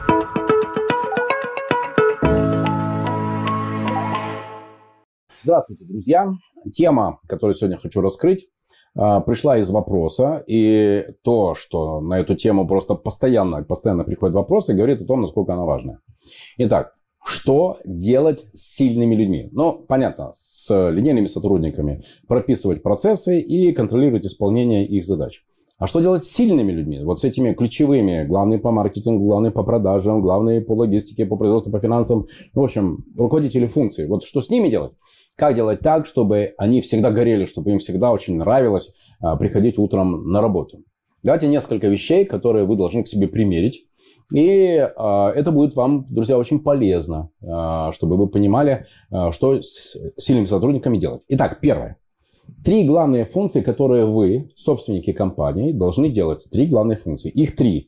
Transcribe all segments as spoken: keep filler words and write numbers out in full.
Здравствуйте, друзья! Тема, которую сегодня хочу раскрыть, пришла из вопроса. И то, что на эту тему просто постоянно, постоянно приходят вопросы, говорит о том, насколько она важная. Итак, что делать с сильными людьми? Ну, понятно, с линейными сотрудниками прописывать процессы и контролировать исполнение их задач. А что делать с сильными людьми? Вот с этими ключевыми, главные по маркетингу, главные по продажам, главные по логистике, по производству, по финансам. В общем, руководители функций. Вот что с ними делать? Как делать так, чтобы они всегда горели, чтобы им всегда очень нравилось а, приходить утром на работу? Давайте несколько вещей, которые вы должны к себе примерить. И а, это будет вам, друзья, очень полезно, а, чтобы вы понимали, а, что с сильными сотрудниками делать. Итак, первое. Три главные функции, которые вы, собственники компании, должны делать. Три главные функции. Их три.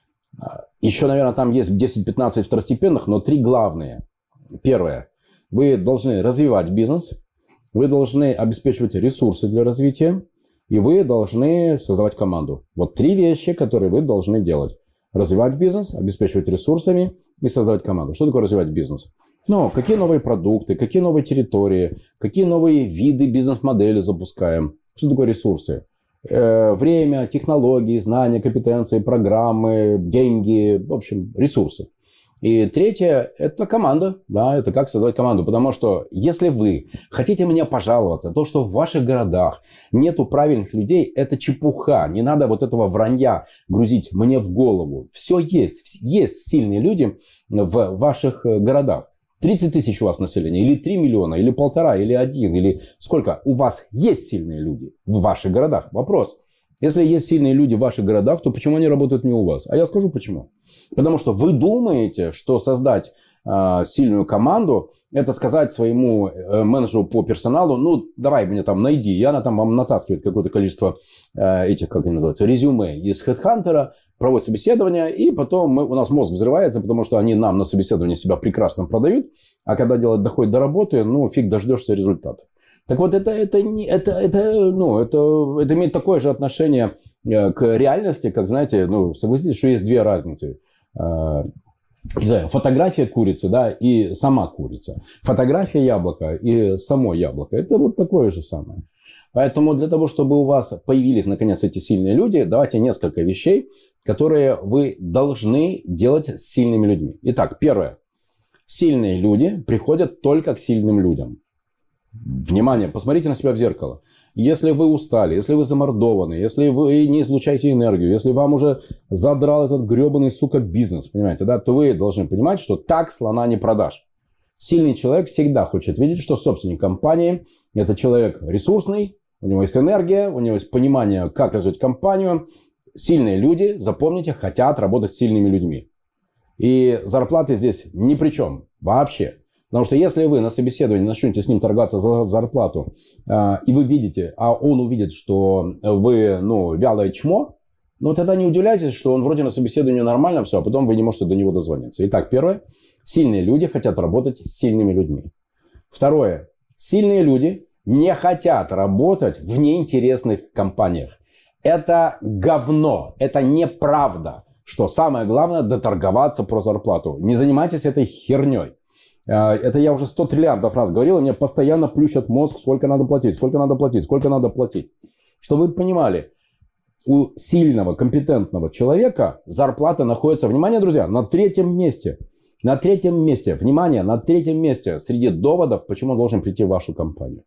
Еще, наверное, там есть десять-пятнадцать второстепенных, но три главные. Первое. Вы должны развивать бизнес, вы должны обеспечивать ресурсы для развития, и вы должны создавать команду. Вот три вещи, которые вы должны делать. Развивать бизнес, обеспечивать ресурсами и создавать команду. Что такое развивать бизнес? Ну, какие новые продукты, какие новые территории, какие новые виды бизнес-модели запускаем. Что такое ресурсы? Э, время, технологии, знания, компетенции, программы, деньги, в общем, ресурсы. И третье – это команда. Да, это как создать команду. Потому что если вы хотите мне пожаловаться, то, что в ваших городах нету правильных людей, это чепуха. Не надо вот этого вранья грузить мне в голову. Все есть. Есть сильные люди в ваших городах. тридцать тысяч у вас населения, или три миллиона, или полтора, или один, или сколько. У вас есть сильные люди в ваших городах. Вопрос. Если есть сильные люди в ваших городах, то почему они работают не у вас? А я скажу почему. Потому что вы думаете, что создать э, сильную команду, это сказать своему э, менеджеру по персоналу, ну, давай мне там найди. И она там вам натаскивает какое-то количество э, этих, как они называются, резюме из HeadHunter, проводит собеседование, и потом мы, у нас мозг взрывается, потому что они нам на собеседовании себя прекрасно продают, а когда дело доходит до работы, ну, фиг дождешься результата. Так вот, это, это, это, это, ну, это, это имеет такое же отношение к реальности, как, знаете, ну, согласитесь, что есть две разницы. Не знаю, фотография курицы, да, и сама курица. Фотография яблока и само яблоко. Это вот такое же самое. Поэтому для того, чтобы у вас появились, наконец, эти сильные люди, давайте несколько вещей, которые вы должны делать с сильными людьми. Итак, первое. Сильные люди приходят только к сильным людям. Внимание, посмотрите на себя в зеркало. Если вы устали, если вы замордованы, если вы не излучаете энергию, если вам уже задрал этот гребаный, сука, бизнес, понимаете, да, то вы должны понимать, что так слона не продашь. Сильный человек всегда хочет видеть, что собственник компании – это человек ресурсный, у него есть энергия, у него есть понимание, как развить компанию. Сильные люди, запомните, хотят работать с сильными людьми. И зарплаты здесь ни при чем вообще. Потому что если вы на собеседовании начнете с ним торгаться за зарплату, э, и вы видите, а он увидит, что вы, ну, вялое чмо, ну, тогда не удивляйтесь, что он вроде на собеседовании нормально все, а потом вы не можете до него дозвониться. Итак, первое. Сильные люди хотят работать с сильными людьми. Второе. Сильные люди не хотят работать в неинтересных компаниях. Это говно. Это неправда. Что самое главное – доторговаться про зарплату. Не занимайтесь этой херней. Это я уже сто триллиардов раз говорил, и мне постоянно плющат мозг, сколько надо платить, сколько надо платить, сколько надо платить. Чтобы вы понимали, у сильного, компетентного человека зарплата находится, внимание, друзья, на третьем месте. На третьем месте, внимание, на третьем месте среди доводов, почему он должен прийти в вашу компанию.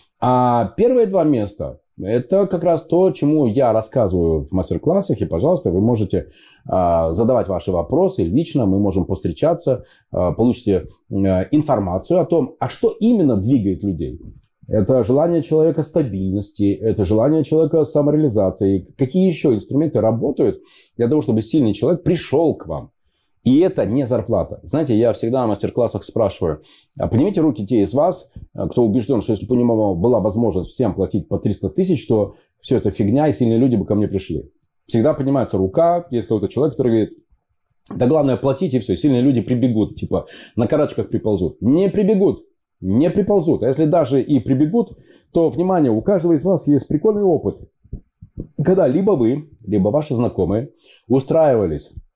А первые два места – это как раз то, чему я рассказываю в мастер-классах. И, пожалуйста, вы можете а, задавать ваши вопросы лично. Мы можем повстречаться, а, получите а, информацию о том, а что именно двигает людей. Это желание человека стабильности, это желание человека самореализации. Какие еще инструменты работают для того, чтобы сильный человек пришел к вам. И это не зарплата. Знаете, я всегда на мастер-классах спрашиваю, а поднимите руки те из вас, кто убежден, что если бы у него была возможность всем платить по триста тысяч, то все это фигня, и сильные люди бы ко мне пришли. Всегда поднимается рука, есть какой-то человек, который говорит, да главное платить, и все, сильные люди прибегут, типа на карачках приползут. Не прибегут, не приползут. А если даже и прибегут, то, внимание, у каждого из вас есть прикольный опыт. Когда либо вы, либо ваши знакомые устраивались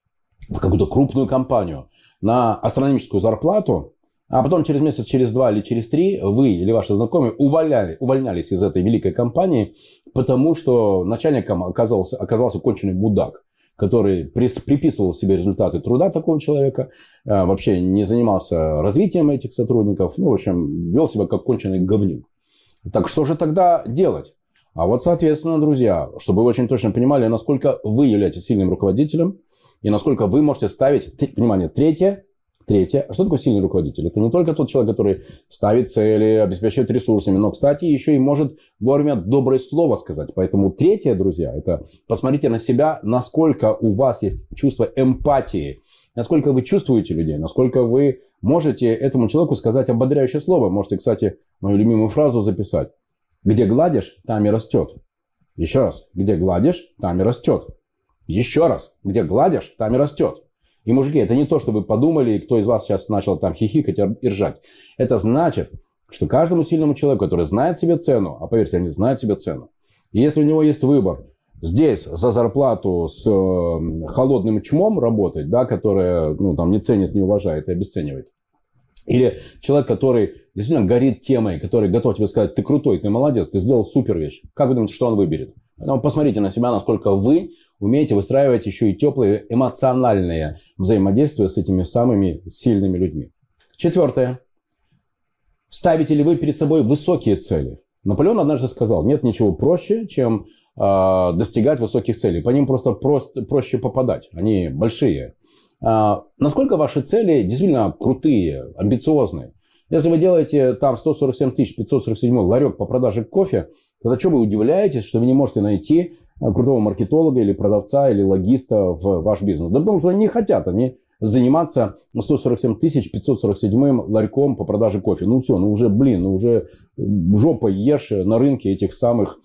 в какую-то крупную компанию на астрономическую зарплату, а потом через месяц, через два или через три вы или ваши знакомые увольняли, увольнялись из этой великой компании, потому что начальником оказался, оказался конченый мудак, который приписывал себе результаты труда такого человека, вообще не занимался развитием этих сотрудников, ну, в общем, вел себя как конченый говнюк. Так что же тогда делать? А вот, соответственно, друзья, чтобы вы очень точно понимали, насколько вы являетесь сильным руководителем и насколько вы можете ставить, внимание, третье, Третье. Что такое сильный руководитель? Это не только тот человек, который ставит цели, обеспечивает ресурсами, но, кстати, еще и может вовремя доброе слово сказать. Поэтому третье, друзья, это посмотрите на себя, насколько у вас есть чувство эмпатии, насколько вы чувствуете людей, насколько вы можете этому человеку сказать ободряющее слово. Можете, кстати, мою любимую фразу записать. Где гладишь, там и растет. Еще раз. Где гладишь, там и растет. Еще раз. Где гладишь, там и растет. И, мужики, это не то, что вы подумали, кто из вас сейчас начал там хихикать и ржать. Это значит, что каждому сильному человеку, который знает себе цену, а поверьте, они знают себе цену, и если у него есть выбор здесь за зарплату с э, холодным чмом работать, да, которая ну, там, не ценит, не уважает и обесценивает, или человек, который действительно горит темой, который готов тебе сказать, ты крутой, ты молодец, ты сделал супер вещь, как вы думаете, что он выберет? Поэтому посмотрите на себя, насколько вы умеете выстраивать еще и теплые эмоциональные взаимодействия с этими самыми сильными людьми. Четвертое. Ставите ли вы перед собой высокие цели? Наполеон однажды сказал, нет ничего проще, чем э, достигать высоких целей. По ним просто, просто проще попадать. Они большие. А, насколько ваши цели действительно крутые, амбициозные? Если вы делаете там сто сорок семь тысяч пятьсот сорок семь ларек по продаже кофе, тогда что вы удивляетесь, что вы не можете найти крутого маркетолога или продавца или логиста в ваш бизнес? Да потому что они не хотят, они заниматься сто сорок семь тысяч пятьсот сорок семь ларьком по продаже кофе. Ну все, ну уже, блин, ну уже жопой ешь на рынке этих самых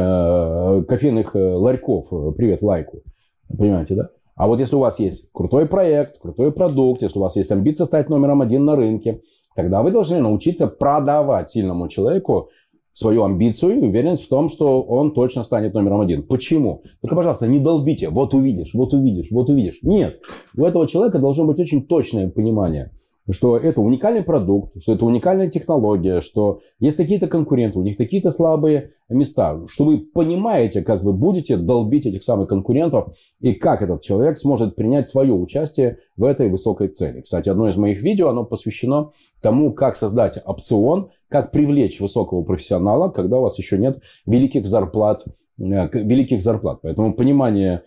э, кофейных ларьков. Привет, лайку. Понимаете, да? А вот если у вас есть крутой проект, крутой продукт, если у вас есть амбиция стать номером один на рынке, тогда вы должны научиться продавать сильному человеку свою амбицию и уверенность в том, что он точно станет номером один. Почему? Только, пожалуйста, не долбите. Вот увидишь, вот увидишь, вот увидишь. Нет. У этого человека должно быть очень точное понимание, что это уникальный продукт, что это уникальная технология, что есть какие-то конкуренты, у них какие-то слабые места, что вы понимаете, как вы будете долбить этих самых конкурентов и как этот человек сможет принять свое участие в этой высокой цели. Кстати, одно из моих видео, оно посвящено тому, как создать опцион, как привлечь высокого профессионала, когда у вас еще нет великих зарплат, великих зарплат. Поэтому понимание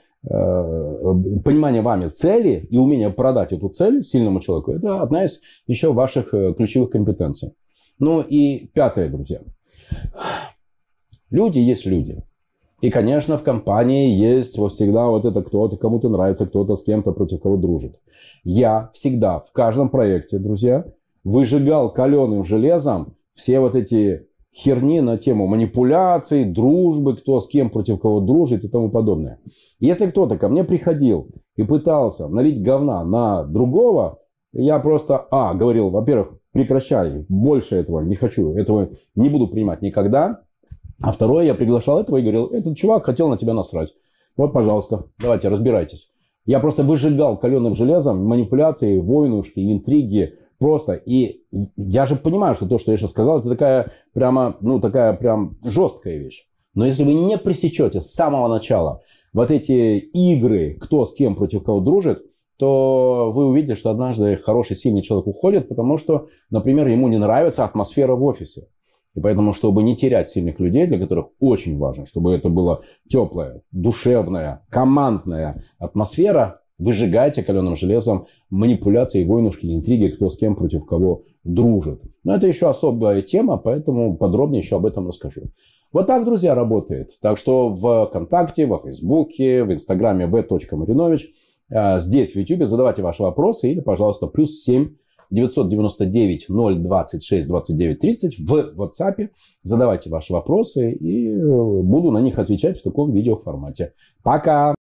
понимание вами цели и умение продать эту цель сильному человеку, это одна из еще ваших ключевых компетенций. Ну и пятое, друзья. Люди есть люди. И, конечно, в компании есть вот всегда вот это кто-то, кому-то нравится, кто-то с кем-то против кого дружит. Я всегда в каждом проекте, друзья, выжигал каленым железом все вот эти херни на тему манипуляций, дружбы, кто с кем против кого дружит и тому подобное. Если кто-то ко мне приходил и пытался налить говна на другого, я просто, а, говорил, во-первых, прекращай, больше этого не хочу, этого не буду принимать никогда. А второе, я приглашал этого и говорил, этот чувак хотел на тебя насрать. Вот, пожалуйста, давайте, разбирайтесь. Я просто выжигал каленым железом манипуляции, войнушки, интриги. Просто. И я же понимаю, что то, что я сейчас сказал, это такая прямо, ну, такая прям жесткая вещь. Но если вы не пресечете с самого начала вот эти игры, кто с кем против кого дружит, то вы увидите, что однажды хороший, сильный человек уходит, потому что, например, ему не нравится атмосфера в офисе. И поэтому, чтобы не терять сильных людей, для которых очень важно, чтобы это была теплая, душевная, командная атмосфера, выжигайте каленым железом манипуляции, войнушки, интриги, кто с кем против кого дружит. Но это еще особая тема, поэтому подробнее еще об этом расскажу. Вот так, друзья, работает. Так что в ВКонтакте, во Фейсбуке, в Инстаграме вэ точка маринович, здесь в Ютубе задавайте ваши вопросы или, пожалуйста, плюс семь девятьсот девяносто девять ноль двадцать шесть двадцать девять тридцать в WhatsApp. Задавайте ваши вопросы и буду на них отвечать в таком видеоформате. Пока!